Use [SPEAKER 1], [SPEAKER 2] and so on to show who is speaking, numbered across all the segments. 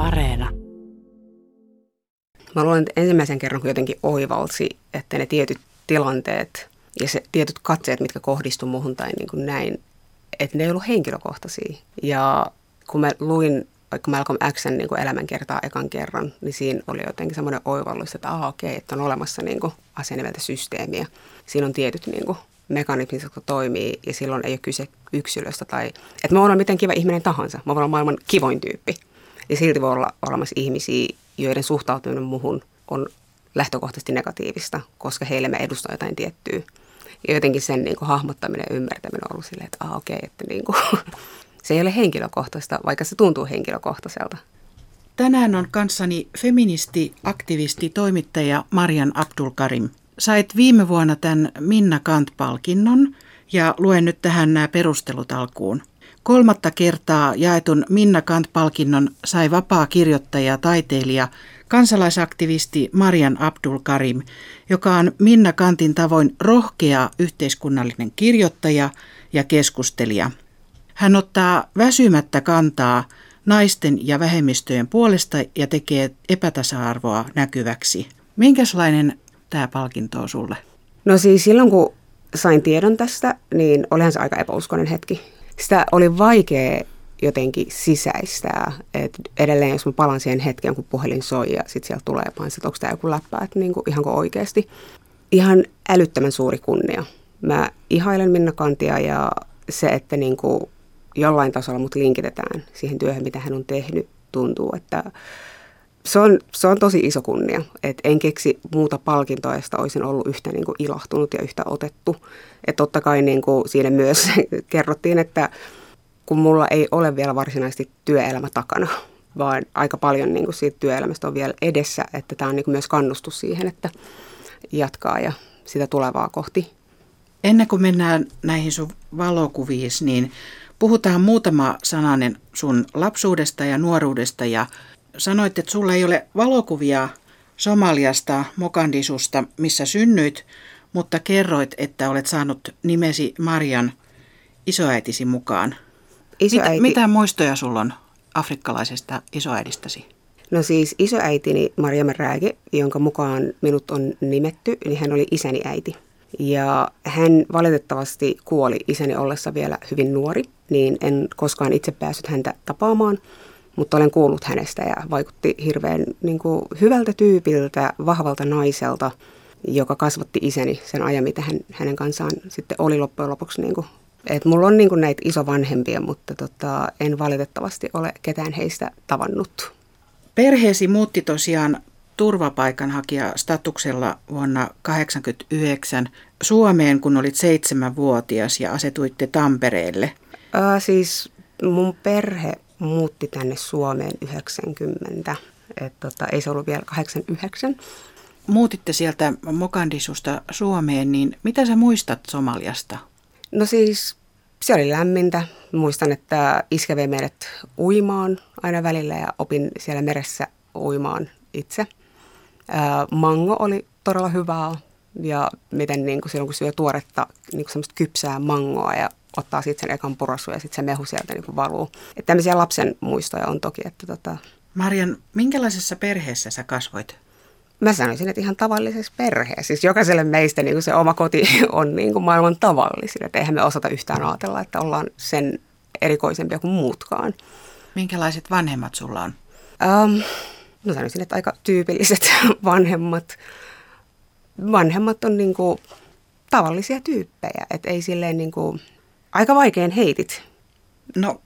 [SPEAKER 1] Areena.
[SPEAKER 2] Mä luulen, että ensimmäisen kerran kun jotenkin oivalsi, että ne tietyt tilanteet ja se tietyt katseet, mitkä kohdistu muuhun tai niin kuin näin, että ne ei ollut henkilökohtaisia. Ja kun mä luin vaikka Malcolm X:n niin kuin elämänkertaa ekan kerran, niin siinä oli jotenkin semmoinen oivallus, että okei, että on olemassa niin kuin asia nimeltä systeemiä. Siinä on tietyt niin kuin mekanismit, jotka toimii ja silloin ei ole kyse yksilöstä. Tai, että mä voin olla miten kiva ihminen tahansa. Mä voin olla maailman kivoin tyyppi. Ja silti voi olla olemassa ihmisiä, joiden suhtautuminen muhun on lähtökohtaisesti negatiivista, koska heille me edustaa jotain tiettyä. Ja jotenkin sen niin kuin hahmottaminen ja ymmärtäminen on ollut silleen, että okei, että niin kuin, se ei ole henkilökohtaista, vaikka se tuntuu henkilökohtaiselta.
[SPEAKER 3] Tänään on kanssani feministi, aktivisti, toimittaja Marian Abdul-Karim. Sait viime vuonna tämän Minna Canth-palkinnon ja luen nyt tähän nämä perustelut alkuun. 3. kertaa jaetun Minna Canth-palkinnon sai vapaa kirjoittaja ja taiteilija, kansalaisaktivisti Marian Abdul-Karim, joka on Minna Canthin tavoin rohkea yhteiskunnallinen kirjoittaja ja keskustelija. Hän ottaa väsymättä kantaa naisten ja vähemmistöjen puolesta ja tekee epätasa-arvoa näkyväksi. Minkälainen tämä palkinto on sulle?
[SPEAKER 2] No siis silloin, kun sain tiedon tästä, niin olihan se aika epäuskoinen hetki. Sitä oli vaikea jotenkin sisäistää. Et edelleen, jos mä palaan siihen hetkeen, kun puhelin soi ja sitten sieltä tulee vaan, että onko tämä joku läppä, että niinku, ihanko oikeasti. Ihan älyttömän suuri kunnia. Mä ihailen Minna Canthia ja se, että niinku jollain tasolla mut linkitetään siihen työhön, mitä hän on tehnyt, tuntuu, että se on tosi iso kunnia. Et en keksi muuta palkintoa, josta olisin ollut yhtä niinku ilahtunut ja yhtä otettu. Et totta kai niinku siinä myös kerrottiin, että kun mulla ei ole vielä varsinaisesti työelämä takana, vaan aika paljon niinku siitä työelämästä on vielä edessä, että tämä on niinku myös kannustus siihen, että jatkaa ja sitä tulevaa kohti.
[SPEAKER 3] Ennen kuin mennään näihin sun valokuviin, niin puhutaan muutama sananen sun lapsuudesta ja nuoruudesta. Ja sanoit, että sulla ei ole valokuvia Somaliasta, Mogadishusta, missä synnyit, mutta kerroit, että olet saanut nimesi Marian isoäitisi mukaan. Mitä muistoja sulla on afrikkalaisesta isoäidistäsi?
[SPEAKER 2] No siis isoäitini Mariam Rääge, jonka mukaan minut on nimetty, niin hän oli isäni äiti. Ja hän valitettavasti kuoli isäni ollessa vielä hyvin nuori, niin en koskaan itse päässyt häntä tapaamaan, mutta olen kuullut hänestä ja vaikutti hirveän niin kuin hyvältä tyypiltä, vahvalta naiselta, joka kasvatti isäni sen ajan, mitä hänen kanssaan sitten oli loppujen lopuksi. Niin kuin. Et mulla on niin kuin näitä isovanhempia, mutta en valitettavasti ole ketään heistä tavannut.
[SPEAKER 3] Perheesi muutti tosiaan turvapaikanhakija-statuksella vuonna 1989 Suomeen, kun olit 7-vuotias ja asetuitte Tampereelle.
[SPEAKER 2] Siis mun perhe muutti tänne Suomeen 90, ei se ollut vielä 89.
[SPEAKER 3] Muutitte sieltä Mogadishusta Suomeen, niin mitä sä muistat Somaliasta?
[SPEAKER 2] No siis se oli lämmintä. Muistan, että iskä vei meidät uimaan aina välillä ja opin siellä meressä uimaan itse. Mango oli todella hyvää ja miten niin kuin silloin kun syö tuoretta niin kuin semmoista kypsää mangoa ja ottaa sitten sen ekan purasun ja sitten se mehu sieltä niin kuin valuu. Että tämmöisiä lapsen muistoja on toki. Että
[SPEAKER 3] Marian, minkälaisessa perheessä sä kasvoit?
[SPEAKER 2] Mä sanoisin, että ihan tavallisessa perheessä. Siis jokaiselle meistä niin kuin se oma koti on niin kuin maailman tavallisin. Että eihän me osata yhtään ajatella, että ollaan sen erikoisempia kuin muutkaan.
[SPEAKER 3] Minkälaiset vanhemmat sulla on?
[SPEAKER 2] No sanoisin, että aika tyypilliset vanhemmat. Vanhemmat on niin kuin tavallisia tyyppejä. Että ei silleen niin kuin, aika vaikein heitit.
[SPEAKER 3] No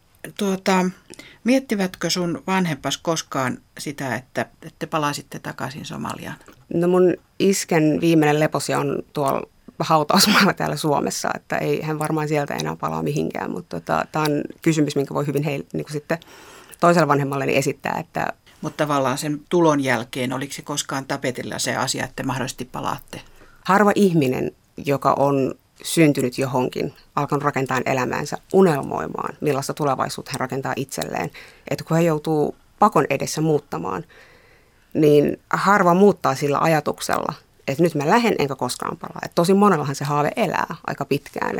[SPEAKER 3] miettivätkö sun vanhempas koskaan sitä, että te palasitte takaisin Somaliaan?
[SPEAKER 2] No mun iskän viimeinen leposia on tuolla hautausmaalla täällä Suomessa, että ei hän varmaan sieltä enää palaa mihinkään, mutta tämä on kysymys, minkä voi hyvin heille niin kuin sitten toiselle vanhemmalleni esittää. Että
[SPEAKER 3] mutta tavallaan sen tulon jälkeen, oliko se koskaan tapetilla se asia, että mahdollisesti palaatte?
[SPEAKER 2] Harva ihminen, joka on syntynyt johonkin, alkanut rakentaa elämäänsä unelmoimaan, millaista tulevaisuutta hän rakentaa itselleen. Että kun hän joutuu pakon edessä muuttamaan, niin harva muuttaa sillä ajatuksella, että nyt mä lähden enkä koskaan palaa. Että tosi monellahan se haave elää aika pitkään.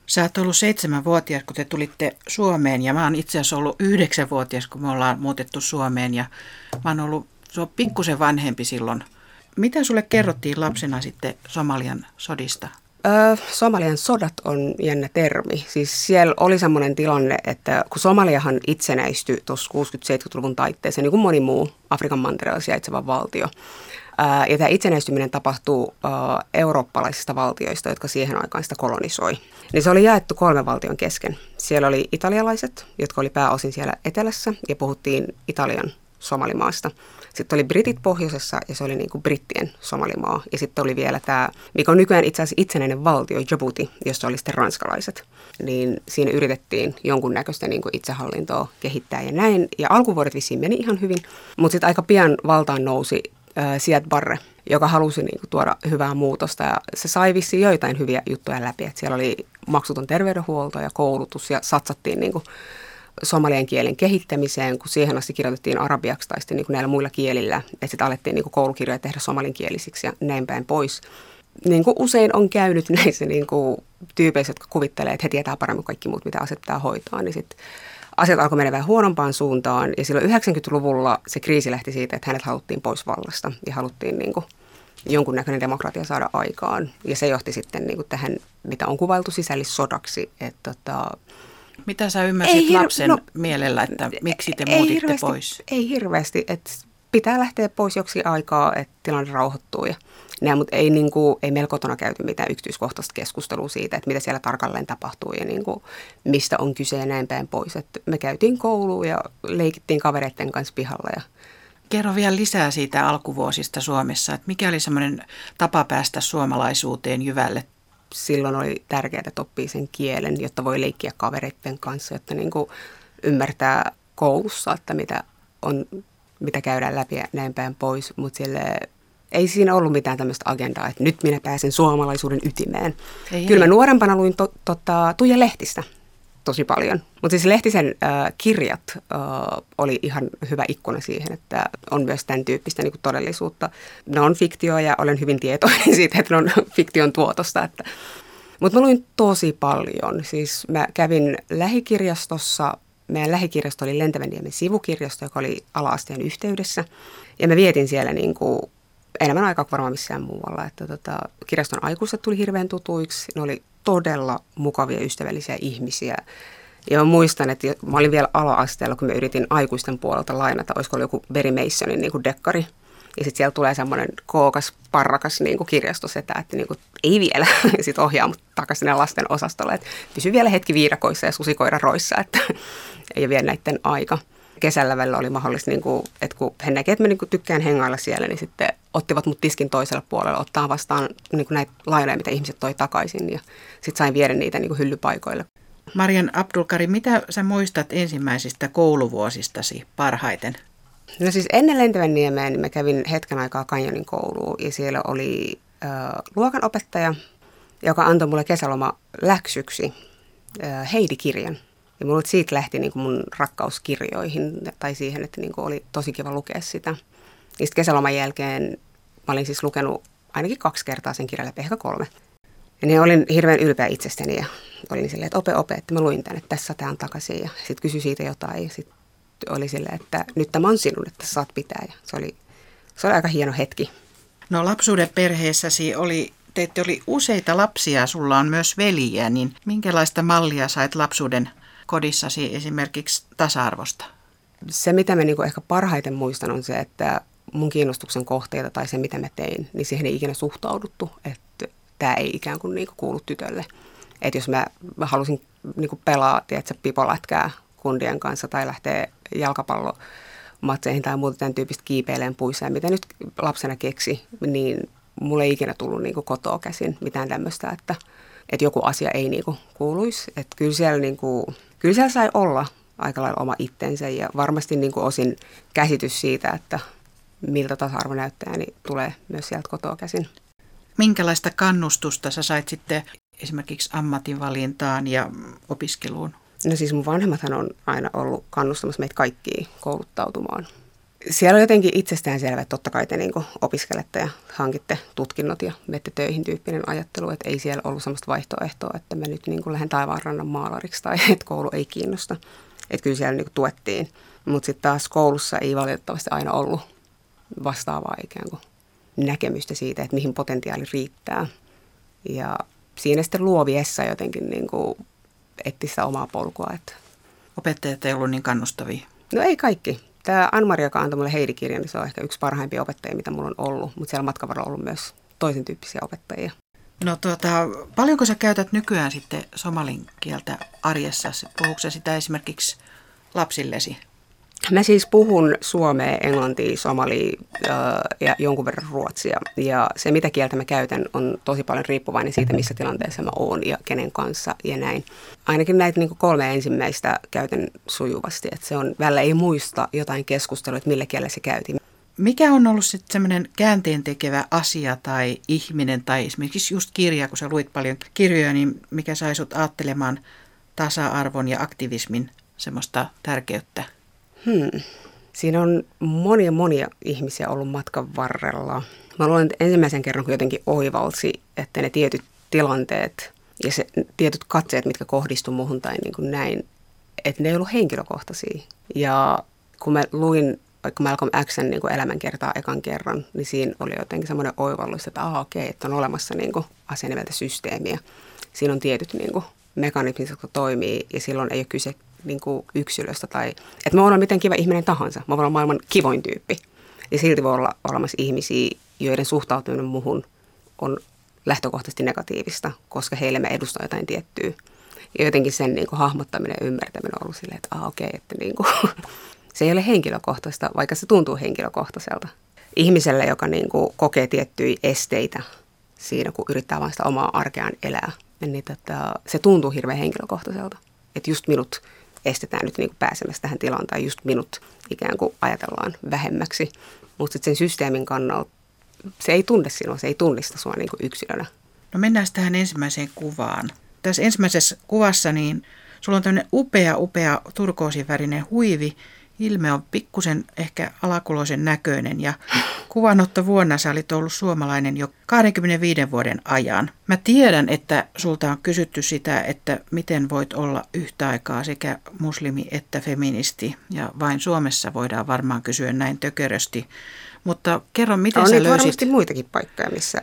[SPEAKER 3] Sä oot ollut 7-vuotias, kun te tulitte Suomeen, ja mä oon itse asiassa ollut 9-vuotias, kun me ollaan muutettu Suomeen, ja mä oon ollut pikkusen vanhempi silloin. Mitä sulle kerrottiin lapsena sitten Somalian sodista?
[SPEAKER 2] Somalian sodat on jännä termi. Siis siellä oli semmoinen tilanne, että kun Somaliahan itsenäistyi tuossa 60-70-luvun taitteessa, niin kuin moni muu Afrikan mantereella sijaitseva valtio. Ja tämä itsenäistyminen tapahtuu eurooppalaisista valtioista, jotka siihen aikaan sitä kolonisoi. Niin se oli jaettu 3 valtion kesken. Siellä oli italialaiset, jotka oli pääosin siellä etelässä, ja puhuttiin Italian Somalimaasta. Sitten oli britit pohjoisessa, ja se oli niin kuin brittien Somalimaa. Ja sitten oli vielä tämä, mikä on nykyään itse asiassa itsenäinen valtio, Djibouti, jossa oli sitten ranskalaiset. Niin siinä yritettiin jonkunnäköistä niin kuin itsehallintoa kehittää ja näin. Ja alkuvuodet vissiin meni ihan hyvin, mutta sitten aika pian valtaan nousi Siad Barre, joka halusi niin kuin tuoda hyvää muutosta. Ja se sai vissiin joitain hyviä juttuja läpi. Että siellä oli maksuton terveydenhuolto ja koulutus, ja satsattiin niin kuin somalian kielen kehittämiseen, kun siihen asti kirjoitettiin arabiaksi tai sitten niin kuin näillä muilla kielillä. Ja sitten alettiin niin kuin koulukirjoja tehdä somalinkielisiksi ja näin päin pois. Niin kuin usein on käynyt näissä niin kuin tyypeissä, jotka kuvittelee, että he tietää paremmin kaikki muut, mitä asiat pitää hoitaa, niin sitten asiat alkoi mennä vähän huonompaan suuntaan. Ja silloin 90-luvulla se kriisi lähti siitä, että hänet haluttiin pois vallasta ja haluttiin niin kuin jonkunnäköinen demokratia saada aikaan. Ja se johti sitten niin kuin tähän, mitä on kuvailtu sisällissodaksi, että
[SPEAKER 3] mitä sä ymmärsit lapsen mielellä, että miksi te muutitte pois?
[SPEAKER 2] Ei hirveästi, että pitää lähteä pois joksikin aikaa, että tilanne rauhoittuu. Mutta ei meillä kotona käyty mitään yksityiskohtaista keskustelua siitä, että mitä siellä tarkalleen tapahtuu ja niin kuin, mistä on kyse ja näin päin pois. Et me käytiin kouluun ja leikittiin kavereiden kanssa pihalla.
[SPEAKER 3] Kerro vielä lisää siitä alkuvuosista Suomessa, että mikä oli semmoinen tapa päästä suomalaisuuteen jyvälle?
[SPEAKER 2] Silloin oli tärkeää, että oppii sen kielen, jotta voi leikkiä kavereiden kanssa, jotta niin kuin ymmärtää koulussa, että mitä käydään läpi ja näin päin pois. Mutta ei siinä ollut mitään tämmöistä agendaa, että nyt minä pääsen suomalaisuuden ytimeen. Kyllä mä nuorempana luin Tuija Lehtistä tosi paljon. Mutta siis Lehtisen kirjat oli ihan hyvä ikkuna siihen, että on myös tämän tyyppistä niin kuin todellisuutta. Ne on fiktio ja olen hyvin tietoinen siitä, että ne on fiktion tuotosta. Mutta mä luin tosi paljon. Siis mä kävin lähikirjastossa. Meidän lähikirjasto oli Lentävänniemen sivukirjasto, joka oli ala-asteen yhteydessä. Ja mä vietin siellä niin kuin enemmän aikaa kuin varmaan missään muualla. Että kirjaston aikuiset tuli hirveän tutuiksi. Ne oli todella mukavia, ystävällisiä ihmisiä. Ja mä muistan, että mä olin vielä ala-asteella, kun mä yritin aikuisten puolelta lainata, olisiko ollut joku Barry Masonin niin kuin dekkari. Ja sitten siellä tulee semmoinen kookas, parrakas niin kuin kirjastosetä, että niin kuin, ei vielä. Ja sitten ohjaa mut takaisin sinne lasten osastolle, että pysy vielä hetki viidakoissa ja susikoira roissa, että ei vie näiden aika. Kesällä välillä oli mahdollista, niin kuin, että kun he näkevät, että mä niin kuin tykkään hengailla siellä, niin sitten ottivat mut tiskin toisella puolella ottaa vastaan niin kuin näitä lainoja, mitä ihmiset toi takaisin. Ja sitten sain viedä niitä niin kuin hyllypaikoille.
[SPEAKER 3] Marian Abdulkarim, mitä sä muistat ensimmäisistä kouluvuosistasi parhaiten?
[SPEAKER 2] No siis ennen Lentävänniemeä niin mä kävin hetken aikaa Canyonin kouluun ja siellä oli luokanopettaja, joka antoi mulle kesäloma läksyksi Heidi-kirjan. Ja mulla siitä lähti niin kuin mun rakkauskirjoihin tai siihen, että niin kuin oli tosi kiva lukea sitä. Ja sitten kesäloman jälkeen mä olin siis lukenut ainakin 2 kertaa sen kirjan läpi, ehkä 3. Ja niin olin hirveän ylpeä itsestäni ja olin silleen, että ope, että mä luin tämän, että tässä tämän takaisin. Ja sitten kysyi siitä jotain ja sitten oli silleen, että nyt tämä on sinun, että saat pitää. Ja se oli aika hieno hetki.
[SPEAKER 3] No lapsuuden perheessäsi teitä oli useita lapsia, sulla on myös veljiä, niin minkälaista mallia sait lapsuuden kodissasi esimerkiksi tasa-arvosta?
[SPEAKER 2] Se, mitä mä niinku ehkä parhaiten muistan, on se, että mun kiinnostuksen kohteita tai se, mitä mä tein, niin siihen ei ikinä suhtauduttu, että tämä ei ikään kuin niinku kuulu tytölle. Että jos mä halusin niinku pelaa, pipolätkää kundien kanssa tai lähteä jalkapallomatseihin tai muuta tämän tyyppistä kiipeileen puissa, ja mitä nyt lapsena keksi, niin mulle ei ikinä tullut niinku kotoa käsin mitään tämmöistä, että joku asia ei niinku kuuluisi. Että kyllä siellä sai olla aika lailla oma itsensä ja varmasti niinku osin käsitys siitä, että miltä tasa-arvo näyttää, niin tulee myös sieltä kotoa käsin.
[SPEAKER 3] Minkälaista kannustusta sä sait sitten esimerkiksi ammatinvalintaan ja opiskeluun?
[SPEAKER 2] No siis mun vanhemmathan on aina ollut kannustamassa meitä kaikkia kouluttautumaan. Siellä on jotenkin itsestäänselvä, että totta kai te niin kuin opiskelette ja hankitte tutkinnot ja menette töihin tyyppinen ajattelu, että ei siellä ollut sellaista vaihtoehtoa, että mä nyt niin kuin lähden taivaanrannan maalariksi tai että koulu ei kiinnosta. Että kyllä siellä niin kuin tuettiin, mutta sitten taas koulussa ei valitettavasti aina ollut vastaavaa ikään kuin näkemystä siitä, että mihin potentiaali riittää. Ja siinä sitten luoviessa jotenkin niin kuin etsi sitä omaa polkua. Että
[SPEAKER 3] Opettajat ei ollut niin kannustavia.
[SPEAKER 2] no ei kaikki. Tämä Ann-Mari, joka antoi mulle Heidi-kirjan, niin se on ehkä yksi parhaimpia opettajia, mitä mulla on ollut. Mutta siellä matkan varrella on ollut myös toisen tyyppisiä opettajia.
[SPEAKER 3] No paljonko sä käytät nykyään sitten somalin kieltä arjessa? Puhuuko sä sitä esimerkiksi lapsillesi?
[SPEAKER 2] Mä siis puhun suomea, englantia, somalia ja jonkun verran ruotsia. Ja se, mitä kieltä mä käytän, on tosi paljon riippuvainen siitä, missä tilanteessa mä oon ja kenen kanssa ja näin. Ainakin näitä niin kuin 3 ensimmäistä käytän sujuvasti. Että se on, välillä ei muista jotain keskustelua, että millä kielellä se käytiin.
[SPEAKER 3] Mikä on ollut sitten semmoinen käänteentekevä asia tai ihminen tai esimerkiksi just kirja, kun sä luit paljon kirjoja, niin mikä sai sut ajattelemaan tasa-arvon ja aktivismin semmoista tärkeyttä?
[SPEAKER 2] Siinä on monia ihmisiä ollut matkan varrella. Mä luulen, että ensimmäisen kerran kun jotenkin oivalsi, että ne tietyt tilanteet ja se tietyt katseet, mitkä kohdistu muuhun tai niin kuin näin, että ne ei ollut henkilökohtaisia. Ja kun mä luin vaikka Malcolm X:n niin kuin elämänkertaa ekan kerran, niin siinä oli jotenkin semmoinen oivallus, että okei, että on olemassa niin kuin asia nimeltä systeemiä. Siinä on tietyt niin kuin mekanismit, jotka toimii ja silloin ei ole kyse niin kuin yksilöstä tai, että mä voin olla miten kiva ihminen tahansa. Mä voin olla maailman kivoin tyyppi. Ja silti voi olla olemassa ihmisiä, joiden suhtautuminen muhun on lähtökohtaisesti negatiivista, koska heille mä edustan jotain tiettyä. Ja jotenkin sen niin kuin hahmottaminen ja ymmärtäminen on ollut silleen, että okei, että niin kuin, se ei ole henkilökohtaista, vaikka se tuntuu henkilökohtaiselta. Ihmiselle, joka niin kuin kokee tiettyjä esteitä siinä, kun yrittää vain sitä omaa arkeaan elää, niin se tuntuu hirveän henkilökohtaiselta. Että just minut estetään nyt niin kuin pääsemässä tähän tilaan tai just minut ikään kuin ajatellaan vähemmäksi. Mutta sen systeemin kannalta se ei tunne sinua, se ei tunnista sinua niin kuin yksilönä.
[SPEAKER 3] No mennään tähän ensimmäiseen kuvaan. Tässä ensimmäisessä kuvassa niin sulla on tämmöinen upea turkoosivärinen huivi. Ilme on pikkusen ehkä alakuloisen näköinen ja kuvanotto vuonna sä olit ollut suomalainen jo 25 vuoden ajan. Mä tiedän, että sulta on kysytty sitä, että miten voit olla yhtä aikaa sekä muslimi että feministi. Ja vain Suomessa voidaan varmaan kysyä näin tökerösti. Mutta kerro, miten sä löysit...
[SPEAKER 2] On varmasti muitakin paikkoja, missä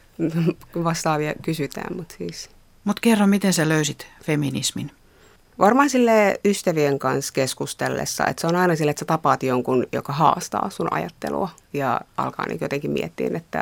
[SPEAKER 2] vastaavia kysytään, mutta siis...
[SPEAKER 3] Mutta kerro, miten sä löysit feminismin?
[SPEAKER 2] Varmaan sille ystävien kanssa keskustellessa, että se on aina sille, että sä tapaat jonkun, joka haastaa sun ajattelua ja alkaa niin jotenkin miettiä, että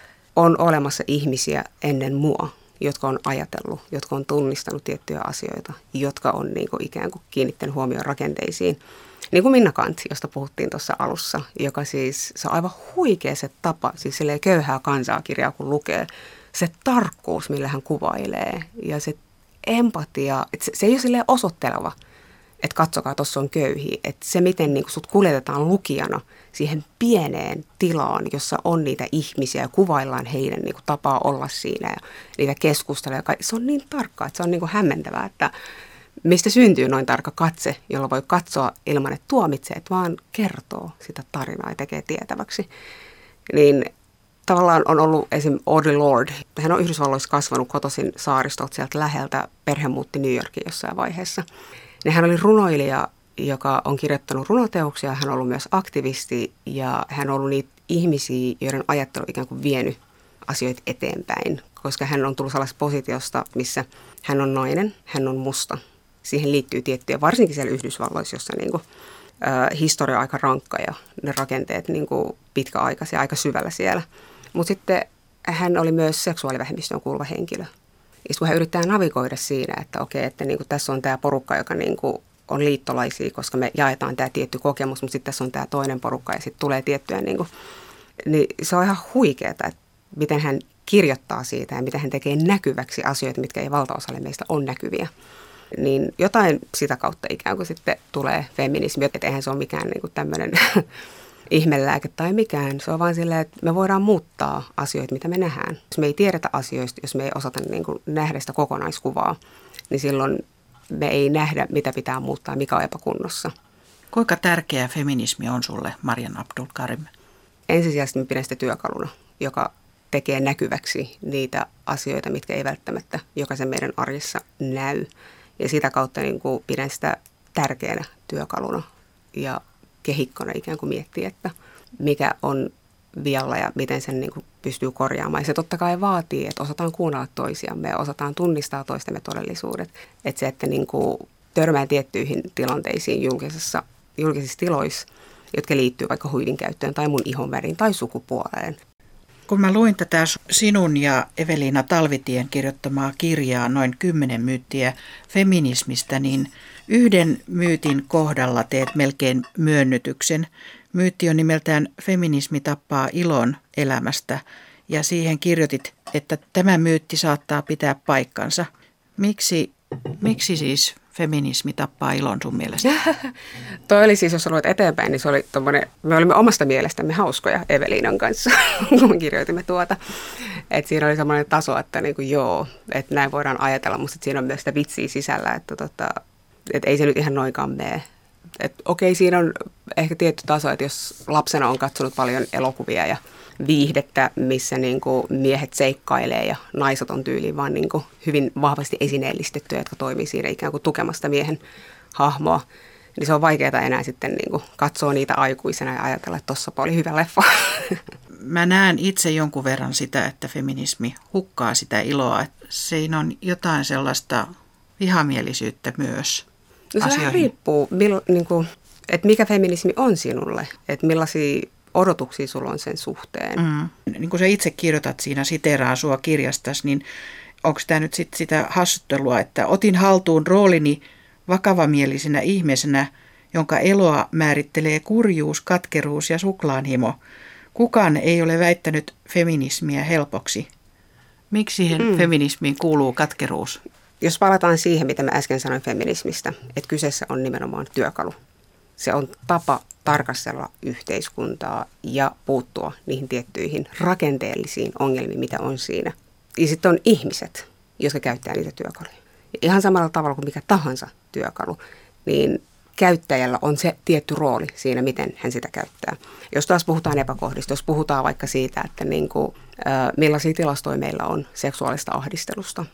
[SPEAKER 2] on olemassa ihmisiä ennen mua, jotka on ajatellut, jotka on tunnistanut tiettyjä asioita, jotka on niin kuin ikään kuin kiinnittänyt huomioon rakenteisiin. Niin kuin Minna Canth, josta puhuttiin tuossa alussa, joka siis, se on aivan huikea se tapa, siis silleen köyhää kansaa kirjaa kun lukee, se tarkkuus, millä hän kuvailee ja se empatia, että se ei ole silleen osoitteleva, että katsokaa, tuossa on köyhiä. Että se, miten niin sut kuljetetaan lukijana siihen pieneen tilaan, jossa on niitä ihmisiä ja kuvaillaan heidän niin tapaa olla siinä ja niitä keskusteluja. Se on niin tarkkaa, että se on niin hämmentävää, että mistä syntyy noin tarkka katse, jolla voi katsoa ilman, että tuomitsee, että vaan kertoo sitä tarinaa ja tekee tietäväksi. Niin tavallaan on ollut esim. Audre Lorde. Hän on Yhdysvalloissa kasvanut kotoisin saaristolta sieltä läheltä. Perhe muutti New Yorkiin jossain vaiheessa. Ja hän oli runoilija, joka on kirjoittanut runoteoksia. Hän on ollut myös aktivisti ja hän on ollut niitä ihmisiä, joiden ajattelu ikään kuin vienyt asioita eteenpäin. Koska hän on tullut sellaisesta positiosta, missä hän on nainen, hän on musta. Siihen liittyy tiettyjä, varsinkin siellä Yhdysvalloissa, jossa niin kuin, historia on aika rankka ja ne rakenteet niin kuin pitkäaikaisia, aika syvällä siellä. Mutta sitten hän oli myös seksuaalivähemmistöön kuuluva henkilö. Ja kun hän yrittää navigoida siinä, että okei, että niin kuin tässä on tämä porukka, joka niin kuin on liittolaisia, koska me jaetaan tämä tietty kokemus, mutta sitten tässä on tämä toinen porukka ja sitten tulee tiettyä, niin se on ihan huikeaa, että miten hän kirjoittaa siitä ja miten hän tekee näkyväksi asioita, mitkä ei valtaosalle meistä ole näkyviä. Niin jotain sitä kautta ikään kuin sitten tulee feminismi, että eihän se ole mikään niin kuin tämmöinen ihmelääke tai mikään. Se on vaan silleen, että me voidaan muuttaa asioita, mitä me nähdään. Jos me ei tiedetä asioista, jos me ei osata niin kuin nähdä sitä kokonaiskuvaa, niin silloin me ei nähdä, mitä pitää muuttaa, mikä on epäkunnossa.
[SPEAKER 3] Kuinka tärkeä feminismi on sulle, Marian Abdul Karim?
[SPEAKER 2] Ensisijaisesti mä pidän sitä työkaluna, joka tekee näkyväksi niitä asioita, mitkä ei välttämättä jokaisen meidän arjessa näy. Ja sitä kautta niin kuin pidän sitä tärkeänä työkaluna ja kehikkona ikään kuin miettiä, että mikä on vialla ja miten sen niin kuin pystyy korjaamaan. Ja se totta kai vaatii, että osataan kuunnella toisiamme ja osataan tunnistaa toistemme todellisuudet. Että se, että niin kuin törmää tiettyihin tilanteisiin julkisissa tiloissa, jotka liittyy vaikka huivinkäyttöön tai mun ihonväriin tai sukupuoleen.
[SPEAKER 3] Kun mä luin tätä sinun ja Eveliina Talvitien kirjoittamaa kirjaa Noin 10 myyttiä feminismistä, niin yhden myytin kohdalla teet melkein myönnytyksen. Myytti on nimeltään Feminismi tappaa ilon elämästä ja siihen kirjoitit, että tämä myytti saattaa pitää paikkansa. Miksi siis feminismi tappaa ilon sun mielestä?
[SPEAKER 2] Toi oli siis, jos luet eteenpäin, niin se oli tommoinen, me olimme omasta mielestämme hauskoja Eveliinan kanssa, kun me kirjoitimme tuota. Että siinä oli semmoinen taso, että niinku joo, että näin voidaan ajatella, mutta siinä on myös sitä vitsiä sisällä, että ei se nyt ihan noinkaan mene. Että okei, siinä on ehkä tietty taso, että jos lapsena on katsonut paljon elokuvia ja viihdettä, missä niinku miehet seikkailee ja naiset on tyyliin vaan niinku hyvin vahvasti esineellistettyjä, jotka toimii siinä ikään kuin tukemasta miehen hahmoa, niin se on vaikeaa enää sitten niinku katsoa niitä aikuisena ja ajatella, että tossapa oli hyvä leffa.
[SPEAKER 3] Mä näen itse jonkun verran sitä, että feminismi hukkaa sitä iloa. Että siinä on jotain sellaista vihamielisyyttä myös.
[SPEAKER 2] No se riippuu, että mikä feminismi on sinulle, että millaisia odotuksia sulla on sen suhteen.
[SPEAKER 3] Niin kuin sä itse kirjoitat siinä, siteeraa sua kirjastasi, niin onko tämä nyt sit sitä hassuttelua, että otin haltuun roolini vakavamielisenä ihmisenä, jonka eloa määrittelee kurjuus, katkeruus ja suklaanhimo. Kukaan ei ole väittänyt feminismiä helpoksi. Miksi siihen feminismiin kuuluu katkeruus?
[SPEAKER 2] Jos palataan siihen, mitä mä äsken sanoin feminismistä, että kyseessä on nimenomaan työkalu. Se on tapa tarkastella yhteiskuntaa ja puuttua niihin tiettyihin rakenteellisiin ongelmiin, mitä on siinä. Ja sitten on ihmiset, jotka käyttää niitä työkaluja. Ja ihan samalla tavalla kuin mikä tahansa työkalu, niin käyttäjällä on se tietty rooli siinä, miten hän sitä käyttää. Jos taas puhutaan epäkohdista, jos puhutaan vaikka siitä, että millaisia tilastoja meillä on seksuaalista ahdistelusta,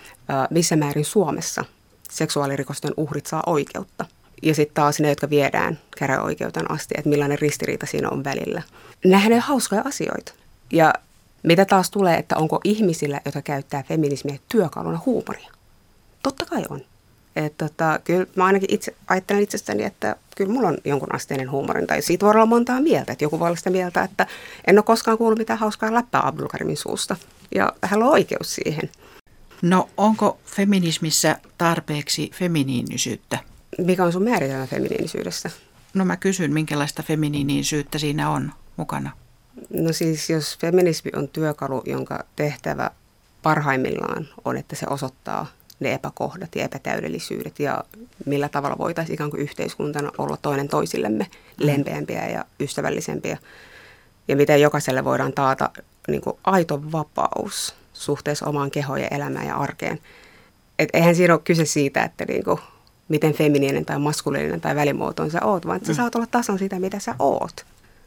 [SPEAKER 2] missä määrin Suomessa seksuaalirikosten uhrit saa oikeutta. Ja sitten taas ne, jotka viedään käräjäoikeuteen asti, että millainen ristiriita siinä on välillä. Nämähän on hauskoja asioita. Ja mitä taas tulee, että onko ihmisillä, jotka käyttää feminismiä työkaluna, huumoria? Totta kai on. Kyllä mä ainakin ajattelen itsestäni, että kyllä mulla on jonkun asteinen huumorin, tai siitä voi olla montaa mieltä. Että joku voi olla sitä mieltä, että en ole koskaan kuullut mitään hauskaa läppää Abdul Karimin suusta. Ja hänellä on oikeus siihen.
[SPEAKER 3] No onko feminismissä tarpeeksi feminiinisyyttä?
[SPEAKER 2] Mikä on sun määritelmä feminiinisyydestä?
[SPEAKER 3] No mä kysyn, minkälaista feminiinisyyttä siinä on mukana?
[SPEAKER 2] No siis jos feminismi on työkalu, jonka tehtävä parhaimmillaan on, että se osoittaa ne epäkohdat ja epätäydellisyydet ja millä tavalla voitaisiin ikään kuin yhteiskuntana olla toinen toisillemme lempeämpiä ja ystävällisempiä. Ja miten jokaiselle voidaan taata niin kuin aito vapaus suhteessa omaan kehoon ja elämään ja arkeen. Et eihän siinä ole kyse siitä, että niin kuin miten feminiininen tai maskuliininen tai välimuotoinen sä oot, vaan että sä saat olla tasan sitä, mitä sä oot.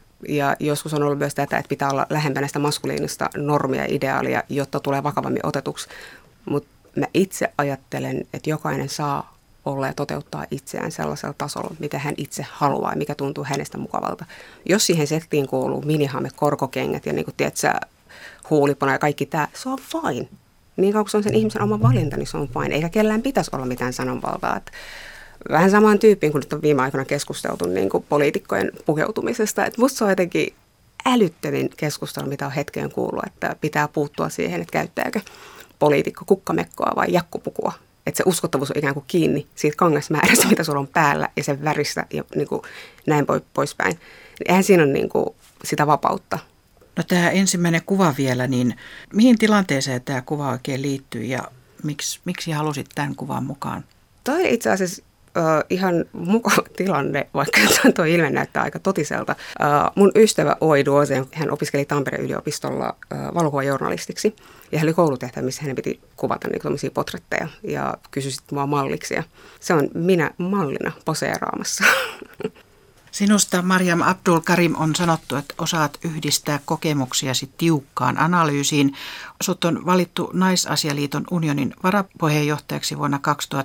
[SPEAKER 2] Ja joskus on ollut myös tätä, että pitää olla lähempänä sitä maskuliinista normia ja ideaalia, jotta tulee vakavammin otetuksi. Mutta mä itse ajattelen, että jokainen saa olla ja toteuttaa itseään sellaisella tasolla, mitä hän itse haluaa ja mikä tuntuu hänestä mukavalta. Jos siihen settiin kuuluu minihame, korkokengät ja niin kuin tiedät sä, huulipuna ja kaikki tämä, se on fine. Niin kauan kun se on sen ihmisen oma valinta, niin se on fine. Eikä kellään pitäisi olla mitään sananvaltaa. Vähän samaan tyyppiin, kun nyt on viime aikoina keskusteltu niin kuin poliitikkojen pukeutumisesta. Että musta se on jotenkin älyttömin keskustelu, mitä on hetkeen kuullut, että pitää puuttua siihen, että käyttääkö poliitikko kukkamekkoa vai jakkupukua. Että se uskottavuus on ikään kuin kiinni siitä kangasmäärästä, mitä sulla on päällä ja sen väristä ja niin kuin näin poispäin. Eihän siinä ole niin kuin sitä vapautta.
[SPEAKER 3] No tämä ensimmäinen kuva vielä, niin mihin tilanteeseen tämä kuva oikein liittyy ja miksi halusit tämän kuvan mukaan?
[SPEAKER 2] Toi itse asiassa ihan mukava tilanne, vaikka tuo ilme näyttää aika totiselta. Mun ystävä Oi Duosen, hän opiskeli Tampereen yliopistolla valokuvajournalistiksi. Ja hän oli koulutehtävä, missä hänen piti kuvata niin portretteja ja kysyi sitten mua malliksi. Ja se on minä mallina poseeraamassa.
[SPEAKER 3] Sinusta, Maryam Abdul Karim, on sanottu, että osaat yhdistää kokemuksiasi tiukkaan analyysiin. Sut on valittu Naisasialiiton unionin varapuheenjohtajaksi vuonna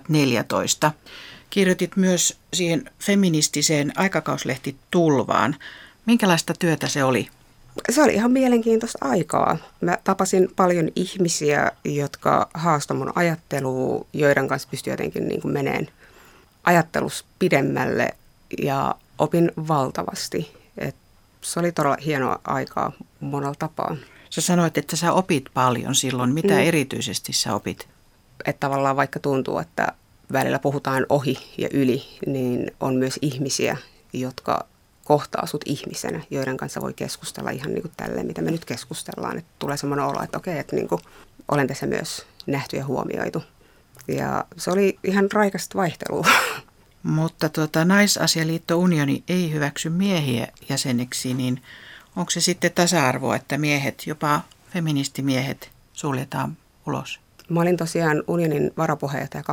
[SPEAKER 3] 2014. Kirjoitit myös siihen feministiseen aikakauslehti Tulvaan. Minkälaista työtä se oli?
[SPEAKER 2] Se oli ihan mielenkiintoista aikaa. Mä tapasin paljon ihmisiä, jotka haastoivat mun ajattelua, joiden kanssa pystyi jotenkin niin kuin meneen ajattelus pidemmälle ja opin valtavasti. Se oli todella hienoa aikaa monella tapaa.
[SPEAKER 3] Sä sanoit, että sä opit paljon silloin. Mitä erityisesti sä opit?
[SPEAKER 2] Että tavallaan vaikka tuntuu, että välillä puhutaan ohi ja yli, niin on myös ihmisiä, jotka kohtaa sut ihmisenä, joiden kanssa voi keskustella ihan niin kuin tälleen, mitä me nyt keskustellaan. Että tulee semmoinen olo, että okei, että niin kuin olen tässä myös nähty ja huomioitu. Ja se oli ihan raikasta vaihtelua.
[SPEAKER 3] Mutta Naisasialiitto unioni ei hyväksy miehiä jäseneksi, niin onko se sitten tasa-arvoa, että miehet, jopa feministimiehet, suljetaan ulos?
[SPEAKER 2] Mä olin tosiaan unionin varapuheenjohtaja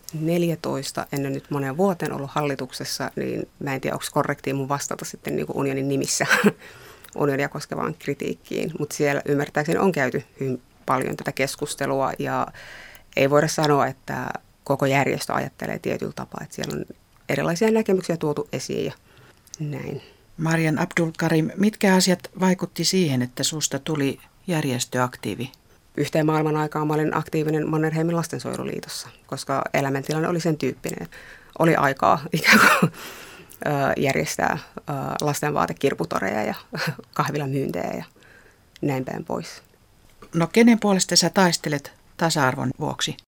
[SPEAKER 2] 2014, ennen nyt monen vuoteen ollut hallituksessa, niin mä en tiedä, onko korrektia mun vastata sitten niin kuin unionin nimissä unionia koskevaan kritiikkiin, mutta siellä ymmärtääkseni on käyty hyvin paljon tätä keskustelua ja ei voida sanoa, että koko järjestö ajattelee tietyllä tapaa, että siellä on erilaisia näkemyksiä tuotu esiin ja näin.
[SPEAKER 3] Maryam Abdul Karim, mitkä asiat vaikutti siihen, että susta tuli järjestöaktiivi?
[SPEAKER 2] Yhteen maailman aikaan mä olin aktiivinen Mannerheimin lastensuojeluliitossa, koska elämäntilanne oli sen tyyppinen. Oli aikaa ikään kuin järjestää lastenvaatekirputoreja ja kahvilamyyntejä ja näin päin pois.
[SPEAKER 3] No kenen puolesta sä taistelet tasa-arvon vuoksi?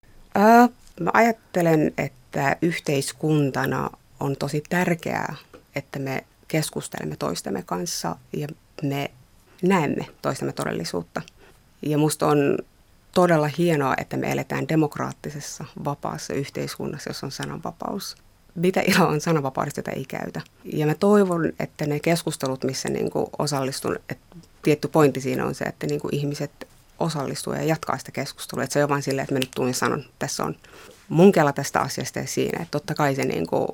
[SPEAKER 2] Mä ajattelen, että yhteiskuntana on tosi tärkeää, että me keskustelemme toistemme kanssa ja me näemme toistemme todellisuutta. Ja musta on todella hienoa, että me eletään demokraattisessa, vapaassa yhteiskunnassa, jossa on sananvapaus. Mitä iloa on sananvapaudesta, jota ei käytä. Ja mä toivon, että ne keskustelut, missä niinku osallistun, että tietty pointti siinä on se, että niinku ihmiset osallistuu ja jatkaa sitä keskustelua. Että se ei ole vain silleen, että mä nyt tuun ja sanon, että tässä on mun kela tästä asiasta ja siinä. Että totta kai se niinku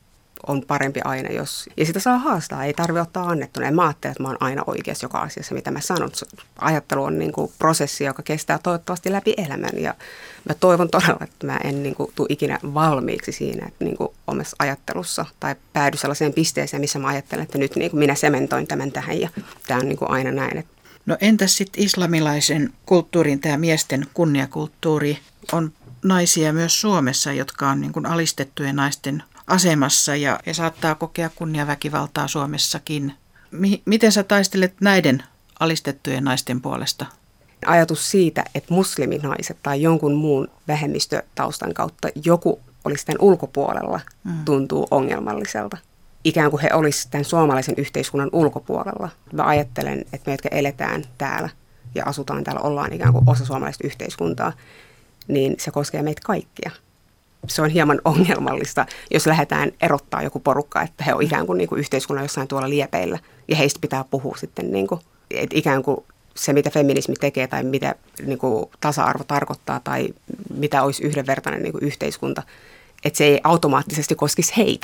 [SPEAKER 2] on parempi aina, jos... Ja sitä saa haastaa, ei tarvitse ottaa annettuna. En mä ajattele, että mä oon aina oikeassa joka asiassa, mitä mä sanon. Ajattelu on niinku prosessi, joka kestää toivottavasti läpi elämän. Ja mä toivon todella, että mä en niinku tule ikinä valmiiksi siinä, että niinku omassa ajattelussa tai päädy sellaiseen pisteeseen, missä mä ajattelen, että nyt niinku minä sementoin tämän tähän ja tämä on niinku aina näin.
[SPEAKER 3] No entäs sitten islamilaisen kulttuurin, tämä miesten kunniakulttuuri? On naisia myös Suomessa, jotka on niin kuin alistettujen naisten asemassa ja saattaa kokea kunniaväkivaltaa Suomessakin. Miten sä taistelet näiden alistettujen naisten puolesta?
[SPEAKER 2] Ajatus siitä, että musliminaiset tai jonkun muun vähemmistötaustan kautta joku olisi tämän ulkopuolella, tuntuu ongelmalliselta. Ikään kuin he olisivat tämän suomalaisen yhteiskunnan ulkopuolella. Mä ajattelen, että me, jotka eletään täällä ja asutaan täällä, ollaan ikään kuin osa suomalaista yhteiskuntaa, niin se koskee meitä kaikkia. Se on hieman ongelmallista, jos lähdetään erottaa joku porukka, että he on ikään kuin, yhteiskunnan jossain tuolla liepeillä ja heistä pitää puhua sitten että ikään kuin se, mitä feminismi tekee tai mitä tasa-arvo tarkoittaa tai mitä olisi yhdenvertainen yhteiskunta, että se ei automaattisesti koskisi heitä.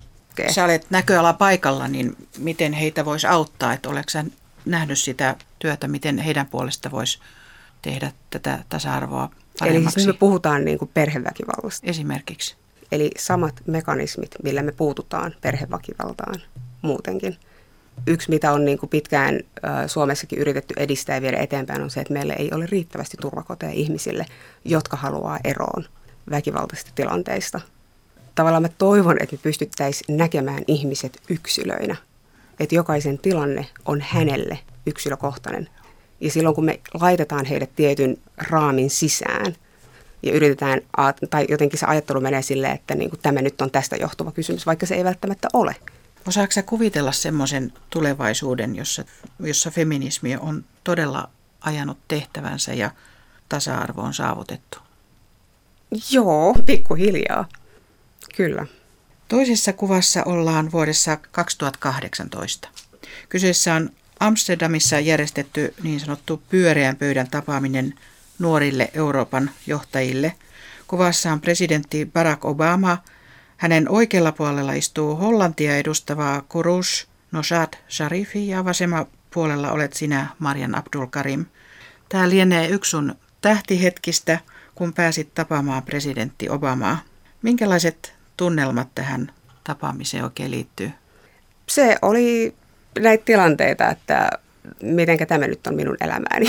[SPEAKER 3] Sä olet näköala paikalla, niin miten heitä voisi auttaa? Että oletko sä nähnyt sitä työtä, miten heidän puolesta voisi tehdä tätä tasa-arvoa paremmaksi?
[SPEAKER 2] Eli siis me puhutaan perheväkivallasta.
[SPEAKER 3] Esimerkiksi.
[SPEAKER 2] Eli samat mekanismit, millä me puututaan perheväkivaltaan muutenkin. Yksi, mitä on pitkään Suomessakin yritetty edistää ja viedä eteenpäin, on se, että meillä ei ole riittävästi turvakoteja ihmisille, jotka haluaa eroon väkivaltaisista tilanteista. Tavallaan mä toivon, että me pystyttäisiin näkemään ihmiset yksilöinä. Että jokaisen tilanne on hänelle yksilökohtainen. Ja silloin, kun me laitetaan heidät tietyn raamin sisään ja yritetään, tai jotenkin se ajattelu menee silleen, että tämä nyt on tästä johtuva kysymys, vaikka se ei välttämättä ole.
[SPEAKER 3] Osaatko sä kuvitella semmoisen tulevaisuuden, jossa feminismi on todella ajanut tehtävänsä ja tasa-arvo on saavutettu?
[SPEAKER 2] Joo, pikkuhiljaa. Kyllä.
[SPEAKER 3] Toisessa kuvassa ollaan vuodessa 2018. Kyseessä on Amsterdamissa järjestetty niin sanottu pyöreän pöydän tapaaminen nuorille Euroopan johtajille. Kuvassa on presidentti Barack Obama. Hänen oikealla puolella istuu Hollantia edustavaa Kourosh Nozhat Sharifi ja vasemmalla puolella olet sinä, Marjan Abdul Karim. Tämä lienee yksi sun tähtihetkistä, kun pääsit tapaamaan presidentti Obamaa. Minkälaiset tunnelmat tähän tapaamiseen oikein liittyy?
[SPEAKER 2] Se oli näitä tilanteita, että mitenkä tämä nyt on minun elämääni.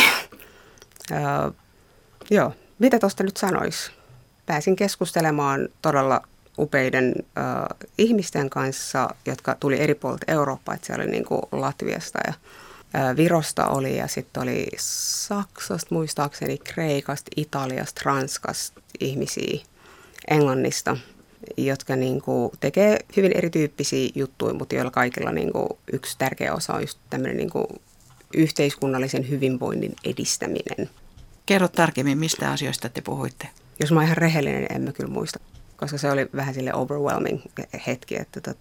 [SPEAKER 2] Joo, mitä tuosta nyt sanoisi? Pääsin keskustelemaan todella upeiden ihmisten kanssa, jotka tuli eri puolilta Eurooppaa. Että siellä oli niin kuin Latviasta ja Virosta oli ja sitten oli Saksasta, muistaakseni Kreikasta, Italiasta, Ranskasta ihmisiä, Englannista, jotka niin kuin tekee hyvin erityyppisiä juttuja, mutta joilla kaikilla niin kuin yksi tärkeä osa on just tämmöinen niin kuin yhteiskunnallisen hyvinvoinnin edistäminen.
[SPEAKER 3] Kerro tarkemmin, mistä asioista te puhuitte.
[SPEAKER 2] Jos mä oon ihan rehellinen, en mä kyllä muista, koska se oli vähän sille overwhelming hetki, että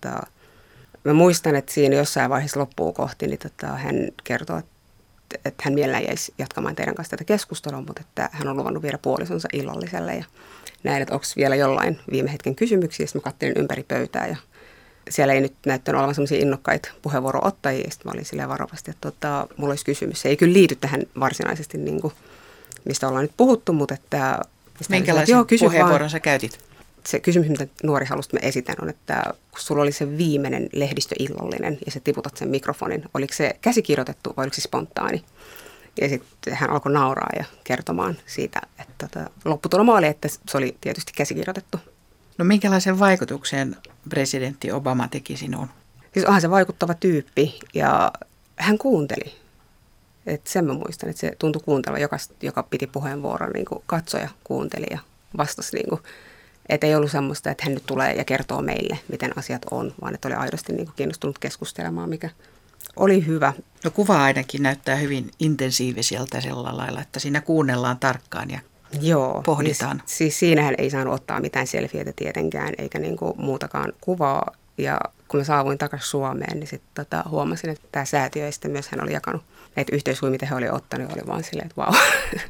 [SPEAKER 2] mä muistan, että siinä jossain vaiheessa loppuu kohti, niin hän kertoo, että hän mielellään jäisi jatkamaan teidän kanssa tätä keskustelua, mutta että hän on luvannut viedä puolisonsa illalliselle ja näin, että onko vielä jollain viime hetken kysymyksiä. Sitten mä katselin ympäri pöytää ja siellä ei nyt näyttänyt olevan sellaisia innokkaita puheenvuoroottajia. Sitten mä olin silleen varovasti, että mulla olisi kysymys. Se ei kyllä liity tähän varsinaisesti, niin kuin, mistä ollaan nyt puhuttu, mutta että...
[SPEAKER 3] Minkälaisen puheenvuoron sä käytit?
[SPEAKER 2] Se kysymys, mitä nuori halusi, että mä esitän, on, että kun sulla oli se viimeinen lehdistöillallinen ja sä tiputat sen mikrofonin, oliko se käsikirjoitettu vai oliko se spontaani? Ja sitten hän alkoi nauraa ja kertomaan siitä, että lopputulema oli, että se oli tietysti käsikirjoitettu.
[SPEAKER 3] No minkälaisen vaikutuksen presidentti Obama teki sinuun?
[SPEAKER 2] Siis onhan se vaikuttava tyyppi ja hän kuunteli. Et sen mä muistan, että se tuntui kuuntelevan, joka piti puheenvuoron, niin kuin katsoja kuunteli ja vastasi. Niin kuin, että ei ollut semmoista, että hän nyt tulee ja kertoo meille, miten asiat on, vaan että oli aidosti niin kuin kiinnostunut keskustelemaan, mikä oli hyvä.
[SPEAKER 3] No kuva ainakin näyttää hyvin intensiiviseltä sillä lailla, että siinä kuunnellaan tarkkaan ja pohditaan.
[SPEAKER 2] Siis siinähän ei saanut ottaa mitään selfieitä tietenkään, eikä niin kuin muutakaan kuvaa. Ja kun mä saavuin takaisin Suomeen, niin sitten huomasin, että tämä säätiö ja sitten myös hän oli jakanut näitä yhteiskuja, mitä he oli ottanut, oli vaan silleen, että vau,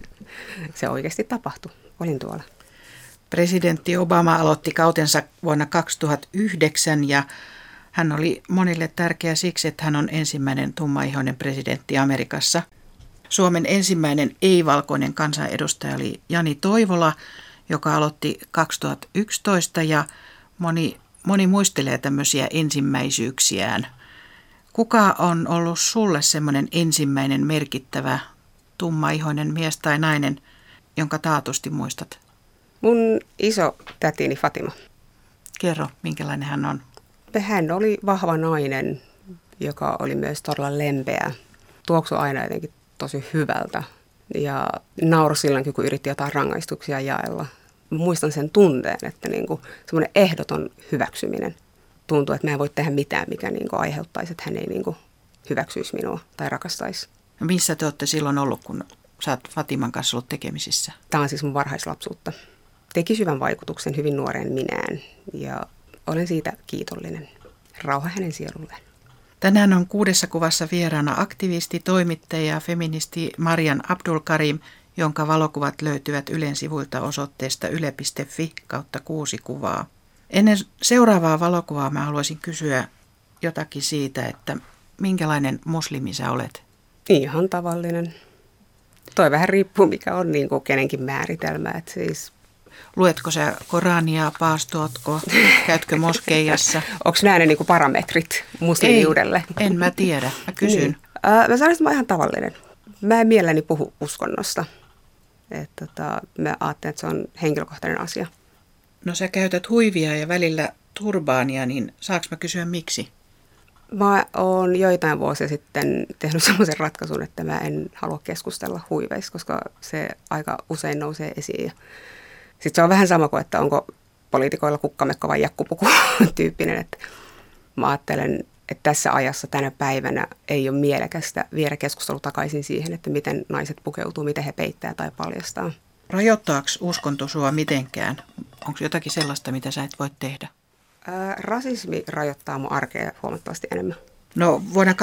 [SPEAKER 2] se oikeasti tapahtui. Olin tuolla.
[SPEAKER 3] Presidentti Obama aloitti kautensa vuonna 2009 ja hän oli monille tärkeä siksi, että hän on ensimmäinen tummaihoinen presidentti Amerikassa. Suomen ensimmäinen ei-valkoinen kansanedustaja oli Jani Toivola, joka aloitti 2011 ja moni muistelee tämmöisiä ensimmäisyyksiään. Kuka on ollut sulle semmoinen ensimmäinen merkittävä tummaihoinen mies tai nainen, jonka taatusti muistat?
[SPEAKER 2] Mun iso tätini Fatima.
[SPEAKER 3] Kerro, minkälainen hän on?
[SPEAKER 2] Hän oli vahva nainen, joka oli myös todella lempeä. Tuoksui aina jotenkin tosi hyvältä ja nauroi silloinkin, kun yritti jotain rangaistuksia jaella. Mä muistan sen tunteen, että niinku semmoinen ehdoton hyväksyminen. Tuntuu, että mä en voi tehdä mitään, mikä niinku aiheuttaisi, että hän ei niinku hyväksyisi minua tai rakastaisi.
[SPEAKER 3] No missä te olette silloin ollut, kun sä oot Fatiman kanssa ollut tekemisissä?
[SPEAKER 2] Tämä on siis mun varhaislapsuutta. Teki syvän vaikutuksen hyvin nuoreen minään ja olen siitä kiitollinen. Rauha hänen sielulleen.
[SPEAKER 3] Tänään on 6 kuvassa vieraana aktivisti, toimittaja ja feministi Marjan Abdul Karim, jonka valokuvat löytyvät Ylen sivuilta osoitteesta yle.fi/6 kuvaa. Ennen seuraavaa valokuvaa mä haluaisin kysyä jotakin siitä, että minkälainen muslimi sä olet?
[SPEAKER 2] Ihan tavallinen. Toi vähän riippuu, mikä on niin kuin kenenkin määritelmä. Että siis...
[SPEAKER 3] Luetko sä Korania, paastoatko, käytkö moskeijassa?
[SPEAKER 2] Onko nämä ne niin kuin parametrit muslimiudelle?
[SPEAKER 3] Ei, en mä tiedä. Mä kysyn.
[SPEAKER 2] Niin. Mä sanoisin, että mä oon ihan tavallinen. Mä en mielelläni puhu uskonnosta. Mä ajattelen, että se on henkilökohtainen asia.
[SPEAKER 3] No sä käytät huivia ja välillä turbaania, niin saaks mä kysyä miksi?
[SPEAKER 2] Mä oon joitain vuosia sitten tehnyt semmoisen ratkaisun, että mä en halua keskustella huiveista, koska se aika usein nousee esiin. Sitten se on vähän sama kuin, että onko poliitikoilla kukkamekko vai jakkupuku tyyppinen. Että mä ajattelen, että tässä ajassa tänä päivänä ei ole mielekästä viedä keskustelu takaisin siihen, että miten naiset pukeutuu, miten he peittää tai paljastaa.
[SPEAKER 3] Rajoittaako uskonto sua mitenkään? Onko jotakin sellaista, mitä sä et voi tehdä?
[SPEAKER 2] Rasismi rajoittaa mun arkea huomattavasti enemmän.
[SPEAKER 3] No vuonna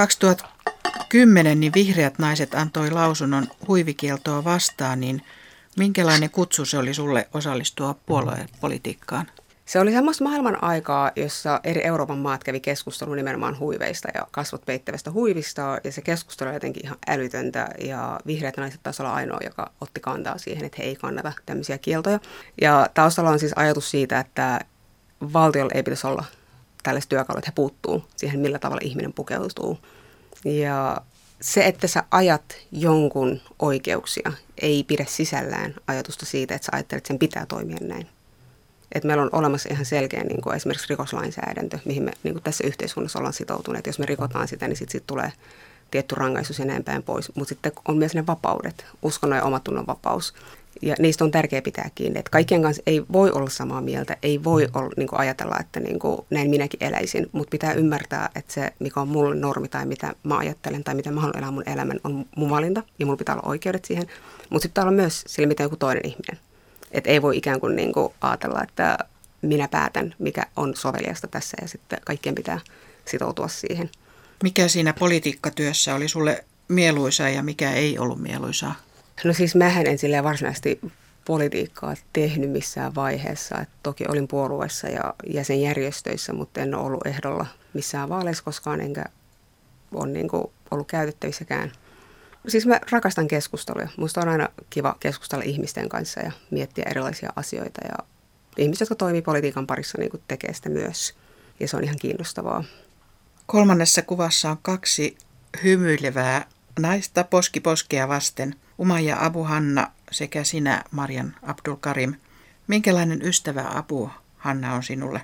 [SPEAKER 3] 2010 niin Vihreät naiset antoi lausunnon huivikieltoa vastaan, niin minkälainen kutsu se oli sulle osallistua puoluepolitiikkaan?
[SPEAKER 2] Se oli semmoista maailman aikaa, jossa eri Euroopan maat kävi keskustelua nimenomaan huiveista ja kasvot peittävästä huivista. Ja se keskustelu oli jotenkin ihan älytöntä. Ja Vihreät naiset taisi olla ainoa, joka otti kantaa siihen, että he ei kannata tämmöisiä kieltoja. Ja taustalla on siis ajatus siitä, että valtiolla ei pitäisi olla tällaiset työkalut, että he puuttuu siihen, millä tavalla ihminen pukeutuu. Ja se, että sä ajat jonkun oikeuksia, ei pidä sisällään ajatusta siitä, että sä ajattelet, että sen pitää toimia näin. Että meillä on olemassa ihan selkeä niin kuin esimerkiksi rikoslainsäädäntö, mihin me niin kuin tässä yhteiskunnassa ollaan sitoutuneet. Jos me rikotaan sitä, niin sitten tulee tietty rangaistus ja näin päin pois. Mutta sitten on myös ne vapaudet, uskonnon ja omatunnon vapaus. Ja niistä on tärkeää pitää kiinni. Että kaikkien kanssa ei voi olla samaa mieltä, ei voi olla, niin kuin ajatella, että niin kuin näin minäkin eläisin. Mutta pitää ymmärtää, että se, mikä on mulle normi tai mitä mä ajattelen tai mitä mä haluan elää mun elämän, on mun valinta. Ja mulla pitää olla oikeudet siihen. Mutta sitten pitää olla myös sillä, mitä joku toinen ihminen. Että ei voi ikään kuin, ajatella, että minä päätän, mikä on soveliasta tässä ja sitten kaikkien pitää sitoutua siihen.
[SPEAKER 3] Mikä siinä politiikkatyössä oli sulle mieluisaa ja mikä ei ollut mieluisaa?
[SPEAKER 2] No siis mähän en silleen varsinaisesti politiikkaa tehnyt missään vaiheessa. Et toki olin puolueessa ja jäsenjärjestöissä, mutta en ole ollut ehdolla missään vaaleissa koskaan enkä ole ollut käytettävissäkään. Siis mä rakastan keskusteluja. Musta on aina kiva keskustella ihmisten kanssa ja miettiä erilaisia asioita. Ja ihmiset, jotka toimii politiikan parissa, niin tekee sitä myös. Ja se on ihan kiinnostavaa.
[SPEAKER 3] Kolmannessa kuvassa on 2 hymyilevää naista poski poskea vasten. Umayya Abu Hanna sekä sinä, Marjan Abdul Karim. Minkälainen ystävä Abu Hanna on sinulle?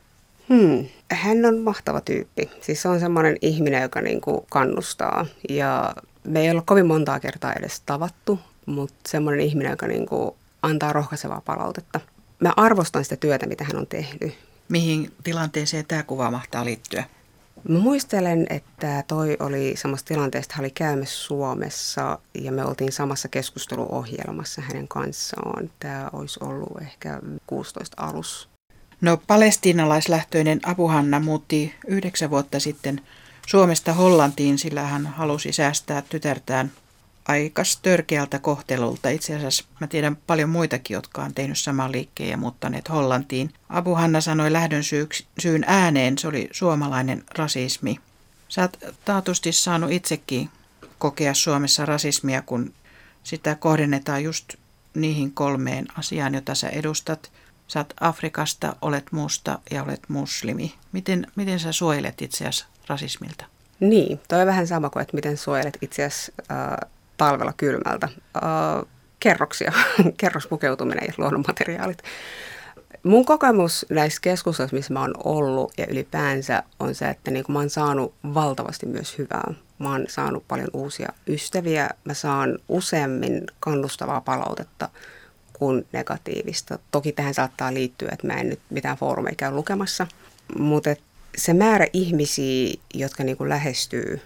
[SPEAKER 2] Hän on mahtava tyyppi. Siis se on semmoinen ihminen, joka kannustaa ja me ei ole kovin montaa kertaa edes tavattu, mutta semmoinen ihminen, joka antaa rohkaisevaa palautetta. Mä arvostan sitä työtä, mitä hän on tehnyt.
[SPEAKER 3] Mihin tilanteeseen tämä kuva mahtaa liittyä?
[SPEAKER 2] Mä muistelen, että toi oli samassa tilanteessa, että hän oli käymässä Suomessa ja me oltiin samassa keskusteluohjelmassa hänen kanssaan. Tämä olisi ollut ehkä 16 alussa.
[SPEAKER 3] No, palestiinalaislähtöinen Abu Hanna muutti 9 vuotta sitten Suomesta Hollantiin, sillä hän halusi säästää tytärtään aikas törkeältä kohtelulta. Itse asiassa mä tiedän paljon muitakin, jotka on tehnyt saman liikkeen ja muuttaneet Hollantiin. Abu Hanna sanoi lähdön syyn ääneen, se oli suomalainen rasismi. Sä oot taatusti saanut itsekin kokea Suomessa rasismia, kun sitä kohdennetaan just niihin 3 asiaan, jota sä edustat. Sä oot Afrikasta, olet musta ja olet muslimi. Miten sä suojelet itseäsi rasismilta?
[SPEAKER 2] Niin, toi on vähän sama kuin, että miten suojelet itseäsi talvella kylmältä. Kerroksia, kerrospukeutuminen ja luonnonmateriaalit. Mun kokemus näissä keskusteluissa, missä mä oon ollut ja ylipäänsä on se, että mä oon saanut valtavasti myös hyvää. Mä oon saanut paljon uusia ystäviä. Mä saan useammin kannustavaa palautetta kuin negatiivista. Toki tähän saattaa liittyä, että mä en nyt mitään foorumeja käy lukemassa, mutta se määrä ihmisiä, jotka lähestyy,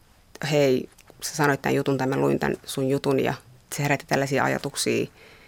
[SPEAKER 2] hei, sä sanoit tämän jutun tai mä luin tämän sun jutun ja se herätti tällaisia ajatuksia,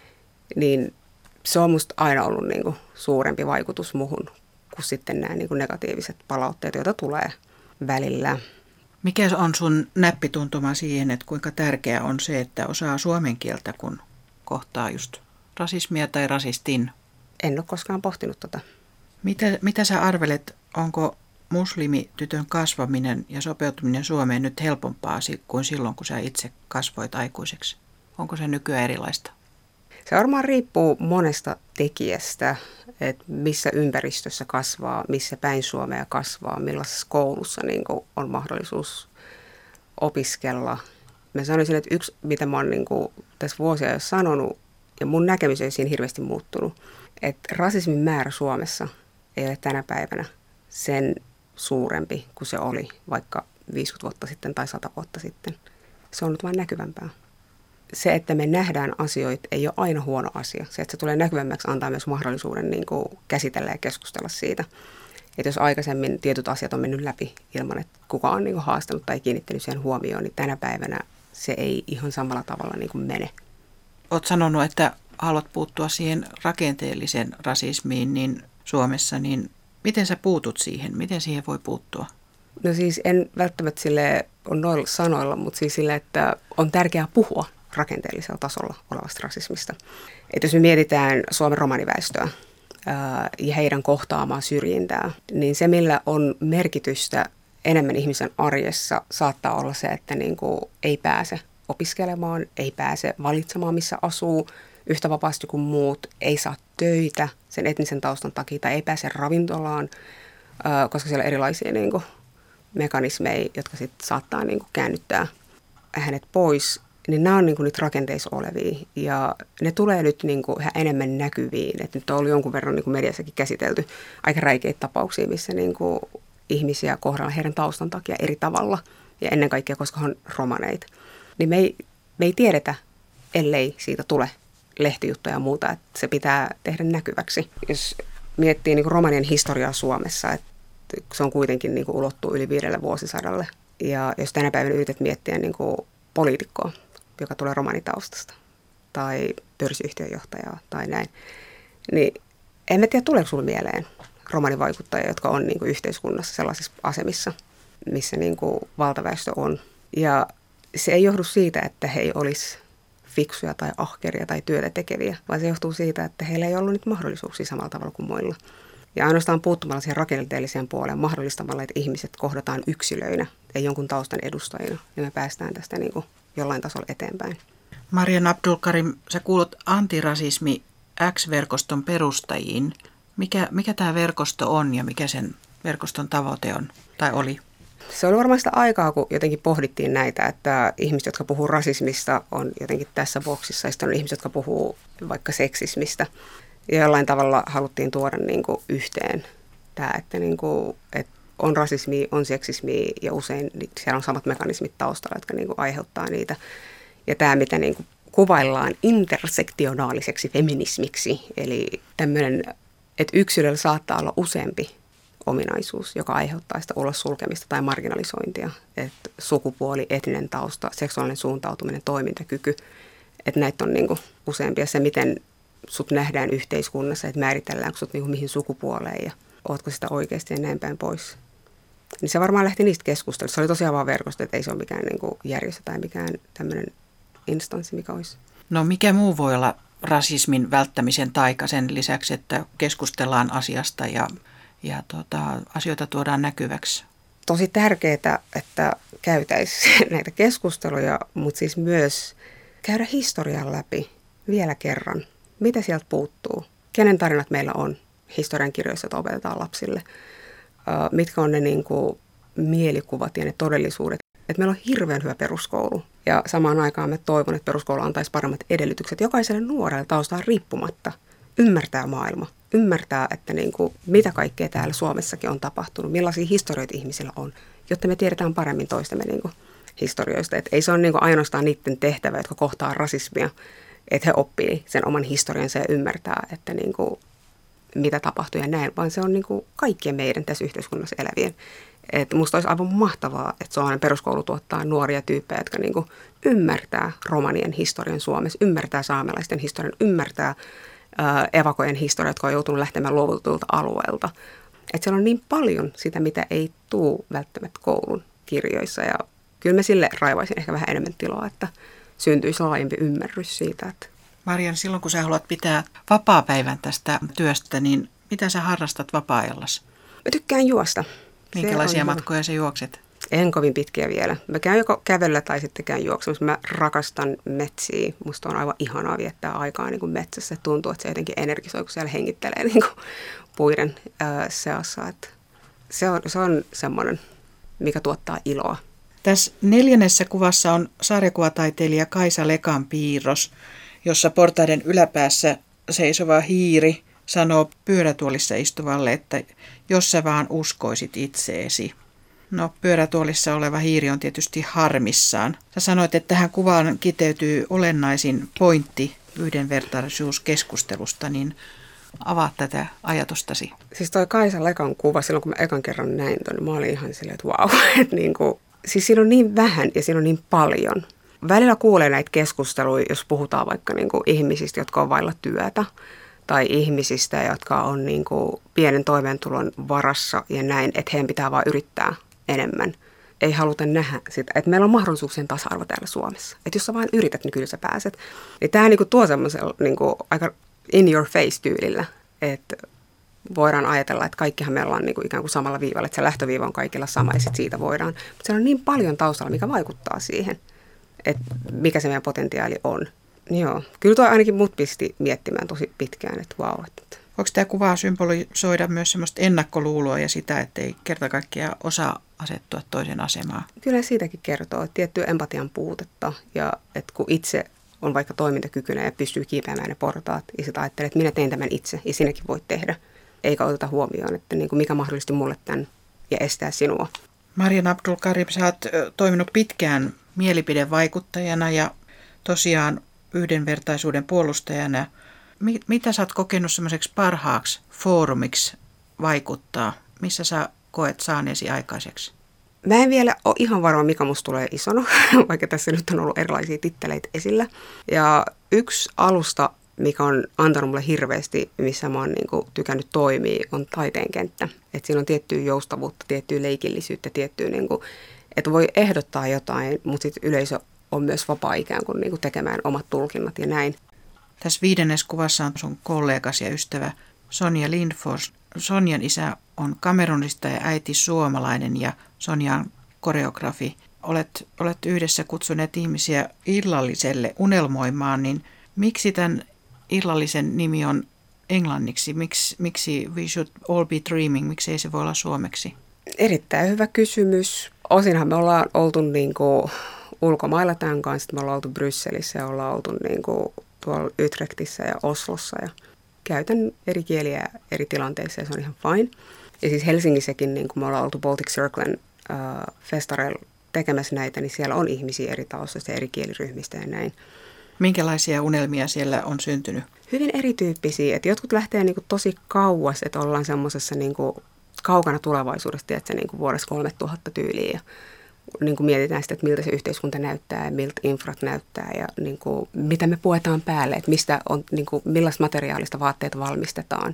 [SPEAKER 2] niin se on musta aina ollut suurempi vaikutus muhun kuin sitten nämä negatiiviset palautteet, joita tulee välillä.
[SPEAKER 3] Mikä on sun näppituntuma siihen, että kuinka tärkeää on se, että osaa suomen kieltä, kun kohtaa just rasismia tai rasistin?
[SPEAKER 2] En ole koskaan pohtinut tota.
[SPEAKER 3] Mitä sä arvelet, onko muslimitytön kasvaminen ja sopeutuminen Suomeen nyt helpompaa kuin silloin, kun sä itse kasvoit aikuiseksi? Onko se nykyään erilaista?
[SPEAKER 2] Se varmaan riippuu monesta tekijästä, että missä ympäristössä kasvaa, missä päin Suomea kasvaa, millaisessa koulussa on mahdollisuus opiskella. Mä sanoisin, että yksi, mitä mä oon tässä vuosia jo sanonut, ja mun näkemys ei siinä hirveästi muuttunut, että rasismin määrä Suomessa ei ole tänä päivänä sen suurempi kuin se oli vaikka 50 vuotta sitten tai 100 vuotta sitten. Se on nyt vain näkyvämpää. Se, että me nähdään asioita, ei ole aina huono asia. Se, että se tulee näkyvämmäksi, antaa myös mahdollisuuden käsitellä ja keskustella siitä. Että jos aikaisemmin tietyt asiat on mennyt läpi ilman, että kukaan on haastanut tai kiinnittänyt sen huomioon, niin tänä päivänä se ei ihan samalla tavalla mene.
[SPEAKER 3] Olet sanonut, että haluat puuttua siihen rakenteelliseen rasismiin niin Suomessa, niin Miten sä puutut siihen? Miten siihen voi puuttua?
[SPEAKER 2] No siis en välttämättä sille on noilla sanoilla, mutta siis sille, että on tärkeää puhua rakenteellisella tasolla olevasta rasismista. Että jos me mietitään Suomen romaniväestöä ja heidän kohtaamaan syrjintää, niin se millä on merkitystä enemmän ihmisen arjessa saattaa olla se, että niin kuin ei pääse opiskelemaan, ei pääse valitsemaan missä asuu yhtä vapaasti kuin muut, ei saa töitä sen etnisen taustan takia tai ei pääse ravintolaan, koska siellä on erilaisia niin kuin mekanismeja, jotka sitten saattaa niin kuin käännyttää hänet pois, niin nämä on niin kuin nyt rakenteissa olevia ja ne tulee nyt niin kuin enemmän näkyviin. Et nyt on ollut jonkun verran niin kuin mediassakin käsitelty aika räikeitä tapauksia, missä niin kuin ihmisiä kohdalla heidän taustan takia eri tavalla ja ennen kaikkea, koska on romaneita. Niin me ei tiedetä, ellei siitä tule lehtijuttuja ja muuta, että se pitää tehdä näkyväksi. Jos miettii niin kuin romanien historiaa Suomessa, että se on kuitenkin niin kuin ulottuu yli 5 vuosisadalle. Ja jos tänä päivänä yrität miettiä niin kuin poliitikkoa, joka tulee romanitaustasta, tai pörssiyhtiön johtajaa tai näin, niin en mä tiedä, tuleeko sinulle mieleen romanivaikuttajia, jotka on niin kuin yhteiskunnassa sellaisissa asemissa, missä niin kuin valtaväestö on. Ja se ei johdu siitä, että he ei olisi fiksuja tai ahkeria tai työtä tekeviä, vaan se johtuu siitä, että heillä ei ollut nyt mahdollisuuksia samalla tavalla kuin muilla. Ja ainoastaan puuttumalla siihen rakenteelliseen puoleen, mahdollistamalla, että ihmiset kohdataan yksilöinä, ei jonkun taustan edustajina, niin me päästään tästä niin kuin jollain tasolla eteenpäin.
[SPEAKER 3] Marian Abdulkarim, sä kuulut Antirasismi X-verkoston perustajiin. Mikä tämä verkosto on ja mikä sen verkoston tavoite on tai oli?
[SPEAKER 2] Se oli varmaan sitä aikaa, kun jotenkin pohdittiin näitä, että ihmiset, jotka puhuu rasismista, on jotenkin tässä boksissa, ja sitten on ihmiset, jotka puhuu vaikka seksismistä. Ja jollain tavalla haluttiin tuoda niin kuin yhteen tämä, että, niin kuin, että on rasismia, on seksismiä ja usein siellä on samat mekanismit taustalla, jotka niin kuin aiheuttaa niitä. Ja tämä, mitä niin kuin kuvaillaan intersektionaaliseksi feminismiksi, eli tämmöinen, että yksilöllä saattaa olla useampi ominaisuus, joka aiheuttaa sitä ulos sulkemista tai marginalisointia. Että sukupuoli, etninen tausta, seksuaalinen suuntautuminen, toimintakyky, että näitä on niin kuin useampia. Se, miten sut nähdään yhteiskunnassa, että määritelläänkö sut niin kuin mihin sukupuoleen ja ootko sitä oikeasti ja näin päin pois. Niin se varmaan lähti niistä keskusteluista. Se oli tosiaan vaan verkosto, että ei se ole mikään niin kuin järjestö tai mikään tämmöinen instanssi, mikä olisi.
[SPEAKER 3] No mikä muu voi olla rasismin välttämisen taika sen lisäksi, että keskustellaan asiasta ja asioita tuodaan näkyväksi?
[SPEAKER 2] Tosi tärkeää, että käytäisiin näitä keskusteluja, mutta siis myös käydä historian läpi vielä kerran. Mitä sieltä puuttuu? Kenen tarinat meillä on historiankirjoissa, joita opetetaan lapsille? Mitkä on ne niin kuin mielikuvat ja ne todellisuudet? Että meillä on hirveän hyvä peruskoulu ja samaan aikaan me toivon, että peruskoulu antaisi paremmat edellytykset jokaiselle nuorelle taustaan riippumatta ymmärtää maailma. Ymmärtää, että niin kuin, mitä kaikkea täällä Suomessakin on tapahtunut, millaisia historioita ihmisillä on, jotta me tiedetään paremmin toistemme niin kuin historioista. Et ei se ole niin kuin ainoastaan niiden tehtävä, jotka kohtaa rasismia, että he oppii sen oman historiansa ja ymmärtää, että niin kuin, mitä tapahtuu ja näin, vaan se on niin kuin kaikkien meidän tässä yhteiskunnassa elävien. Et musta olisi aivan mahtavaa, että suomalainen peruskoulu tuottaa nuoria tyyppejä, jotka niin kuin ymmärtää romanien historian Suomessa, ymmärtää saamelaisten historian, ymmärtää evakojen historia, jotka on joutunut lähtemään luovutulta alueelta. Että siellä on niin paljon sitä, mitä ei tule välttämättä koulun kirjoissa. Ja kyllä mä sille raivaisin ehkä vähän enemmän tilaa, että syntyisi laajempi ymmärrys siitä. Että
[SPEAKER 3] Marian, silloin kun sä haluat pitää vapaapäivän tästä työstä, niin mitä sä harrastat vapaa-ajallasi?
[SPEAKER 2] Mä tykkään juosta.
[SPEAKER 3] Minkälaisia matkoja sä juokset?
[SPEAKER 2] En kovin pitkiä vielä. Mä käyn joko kävellä tai sitten käyn juoksemassa. Mä rakastan metsiä. Musta on aivan ihanaa viettää aikaa niin kuin metsässä. Tuntuu, että se jotenkin energisoi, kun siellä hengittelee niin kuin puiden seassa. Että se on semmoinen, mikä tuottaa iloa.
[SPEAKER 3] Tässä 4. kuvassa on sarjakuvataiteilija Kaisa Lekan piirros, jossa portaiden yläpäässä seisova hiiri sanoo pyörätuolissa istuvalle, että jos sä vaan uskoisit itseesi. No, pyörätuolissa oleva hiiri on tietysti harmissaan. Sä sanoit, että tähän kuvaan kiteytyy olennaisin pointti yhdenvertaisuuskeskustelusta, niin avaa tätä ajatustasi.
[SPEAKER 2] Siis toi Kaisa Lekan kuva, silloin kun mä ekan kerran näin ton, niin mä olin ihan silleen, että vau. Siis siinä on niin vähän ja siinä on niin paljon. Välillä kuulee näitä keskusteluja, jos puhutaan vaikka niin kuin ihmisistä, jotka on vailla työtä tai ihmisistä, jotka on niin kuin pienen toimeentulon varassa ja näin, että heidän pitää vaan yrittää enemmän. Ei haluta nähdä sitä, että meillä on mahdollisuuksien tasa-arvo täällä Suomessa. Että jos sä vain yrität, niin kyllä sä pääset. Niin tämä niin tuo semmoisella niin aika in your face tyylillä, että voidaan ajatella, että kaikkihan meillä on niin kuin ikään kuin samalla viivalla, että se lähtöviiva on kaikilla sama ja sitten siitä voidaan. Mutta siellä on niin paljon taustalla, mikä vaikuttaa siihen, että mikä se meidän potentiaali on. Joo, kyllä tuo ainakin mut pisti miettimään tosi pitkään, että vau.
[SPEAKER 3] Voiko tämä kuva symbolisoida myös semmoista ennakkoluuloa ja sitä, että ei kerta kaikkiaan osaa asettua toisen asemaan?
[SPEAKER 2] Kyllä siitäkin kertoo, että tiettyä empatian puutetta ja että kun itse on vaikka toimintakykyinen ja pystyy kiipeämään ne portaat ja sitten ajattelee, että minä teen tämän itse ja sinäkin voit tehdä. Eikä oteta huomioon, että niin kuin mikä mahdollisti mulle tämän ja estää sinua.
[SPEAKER 3] Marian Abdul Karim, sä oot toiminut pitkään mielipidevaikuttajana ja tosiaan yhdenvertaisuuden puolustajana. Mitä sä oot kokenut semmoiseksi parhaaksi foorumiksi vaikuttaa? Missä sä koet saaneesi aikaiseksi?
[SPEAKER 2] Mä en vielä ole ihan varma, mikä musta tulee isona, vaikka tässä nyt on ollut erilaisia titteleitä esillä. Ja yksi alusta, mikä on antanut mulle hirveästi, missä mä oon niin tykännyt toimia, on taiteen kenttä. Että siinä on tiettyä joustavuutta, tiettyä leikillisyyttä, tiettyä, niin kuin, että voi ehdottaa jotain, mutta sitten yleisö on myös vapaa ikään kuin, tekemään omat tulkinnat ja näin.
[SPEAKER 3] Tässä 5. kuvassa on sun kollegas ja ystävä Sonja Lindfors. Sonjan isä on kamerunista ja äiti suomalainen ja Sonja on koreografi. Olet yhdessä kutsuneet ihmisiä illalliselle unelmoimaan, niin miksi tämän illallisen nimi on englanniksi? Miksi we should all be dreaming? Miksi ei se voi olla suomeksi?
[SPEAKER 2] Erittäin hyvä kysymys. Osinhan me ollaan oltu niin kuin ulkomailla tämän kanssa. Me ollaan oltu Brysselissä ja ollaan oltu niin kuin tuolla Utrechtissä ja Oslossa. Ja käytän eri kieliä eri tilanteissa ja se on ihan fine. Ja siis Helsingissäkin, niin kun me ollaan oltu Baltic Circlen festareilla tekemässä näitä, niin siellä on ihmisiä eri taustoista ja eri kieliryhmistä ja näin.
[SPEAKER 3] Minkälaisia unelmia siellä on syntynyt?
[SPEAKER 2] Hyvin erityyppisiä. Että jotkut lähtee niin kuin tosi kauas, että ollaan semmoisessa niin kuin kaukana tulevaisuudesta, että se niin kuin vuodessa 3000 tyyliä. Ja niin kuin mietitään sitä, että miltä se yhteiskunta näyttää ja miltä infrat näyttää ja niin kuin, mitä me puetaan päälle, että mistä on, niin kuin, millaista materiaalista vaatteita valmistetaan.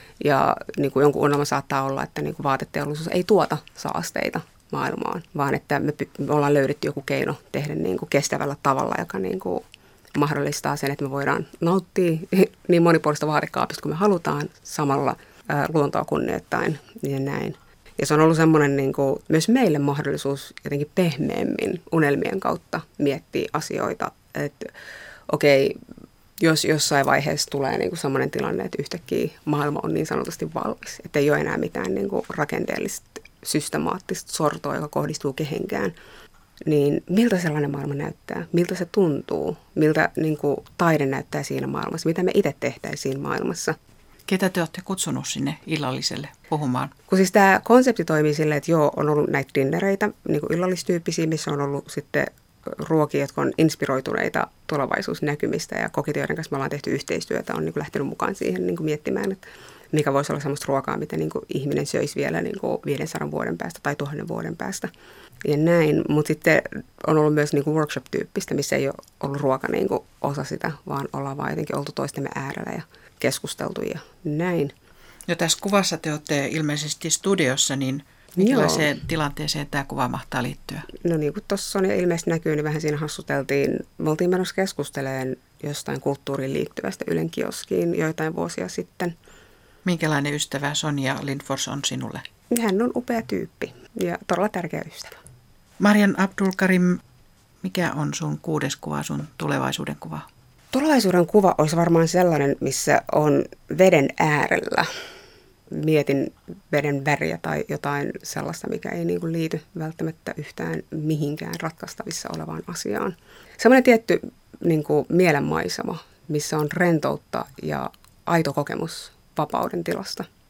[SPEAKER 2] Ja niin kuin jonkun unelma saattaa olla, että niin kuin vaateteollisuus ei tuota saasteita maailmaan, vaan että me ollaan löydetty joku keino tehdä niin kuin kestävällä tavalla, joka niin kuin mahdollistaa sen, että me voidaan nauttia niin monipuolista vaatekaapista kuin me halutaan samalla luontoa kunnioittain ja näin. Ja se on ollut semmoinen niin kuin myös meille mahdollisuus jotenkin pehmeämmin unelmien kautta miettiä asioita, että okei, jos jossain vaiheessa tulee niin kuin semmoinen tilanne, että yhtäkkiä maailma on niin sanotusti valmis, että ei ole enää mitään niin kuin rakenteellista, systemaattista sortoa, joka kohdistuu kehenkään, niin miltä sellainen maailma näyttää? Miltä se tuntuu? Miltä niin kuin taide näyttää siinä maailmassa? Mitä me itse tehtäisiin siinä maailmassa?
[SPEAKER 3] Ketä te olette kutsunut sinne illalliselle puhumaan?
[SPEAKER 2] Kun siis tämä konsepti toimii silleen, että joo, on ollut näitä dinnereitä, niin kuin illallistyyppisiä, missä on ollut sitten ruokia, jotka on inspiroituneita tulevaisuusnäkymistä ja kokit, joiden kanssa me ollaan tehty yhteistyötä, on niin kuin lähtenyt mukaan siihen niin kuin miettimään, että mikä voisi olla sellaista ruokaa, mitä niin kuin ihminen söisi vielä niin kuin 500 vuoden päästä tai 1000 vuoden päästä ja näin. Mutta sitten on ollut myös niin kuin workshop-tyyppistä, missä ei ole ollut ruoka niin kuin osa sitä, vaan ollaan vaan jotenkin oltu toistemme äärellä ja keskusteltu ja näin.
[SPEAKER 3] Jo tässä kuvassa te olette ilmeisesti studiossa, niin minkälaiseen tilanteeseen tämä kuva mahtaa liittyä?
[SPEAKER 2] No niin kuin tuossa on ja ilmeisesti näkyy, niin vähän siinä hassuteltiin. Me oltiin menossa keskustelemaan jostain kulttuuriin liittyvästä Ylen kioskiin joitain vuosia sitten.
[SPEAKER 3] Minkälainen ystävä Sonja Lindfors on sinulle?
[SPEAKER 2] Hän on upea tyyppi ja todella tärkeä ystävä.
[SPEAKER 3] Marian Abdul Karim, mikä on sun 6. kuva, sun tulevaisuuden kuva?
[SPEAKER 2] Tulevaisuuden kuva olisi varmaan sellainen, missä on veden äärellä. Mietin veden väriä tai jotain sellaista, mikä ei niin kuin liity välttämättä yhtään mihinkään ratkaistavissa olevaan asiaan. Sellainen tietty niin kuin mielenmaisema, missä on rentoutta ja aito kokemus vapauden tilasta.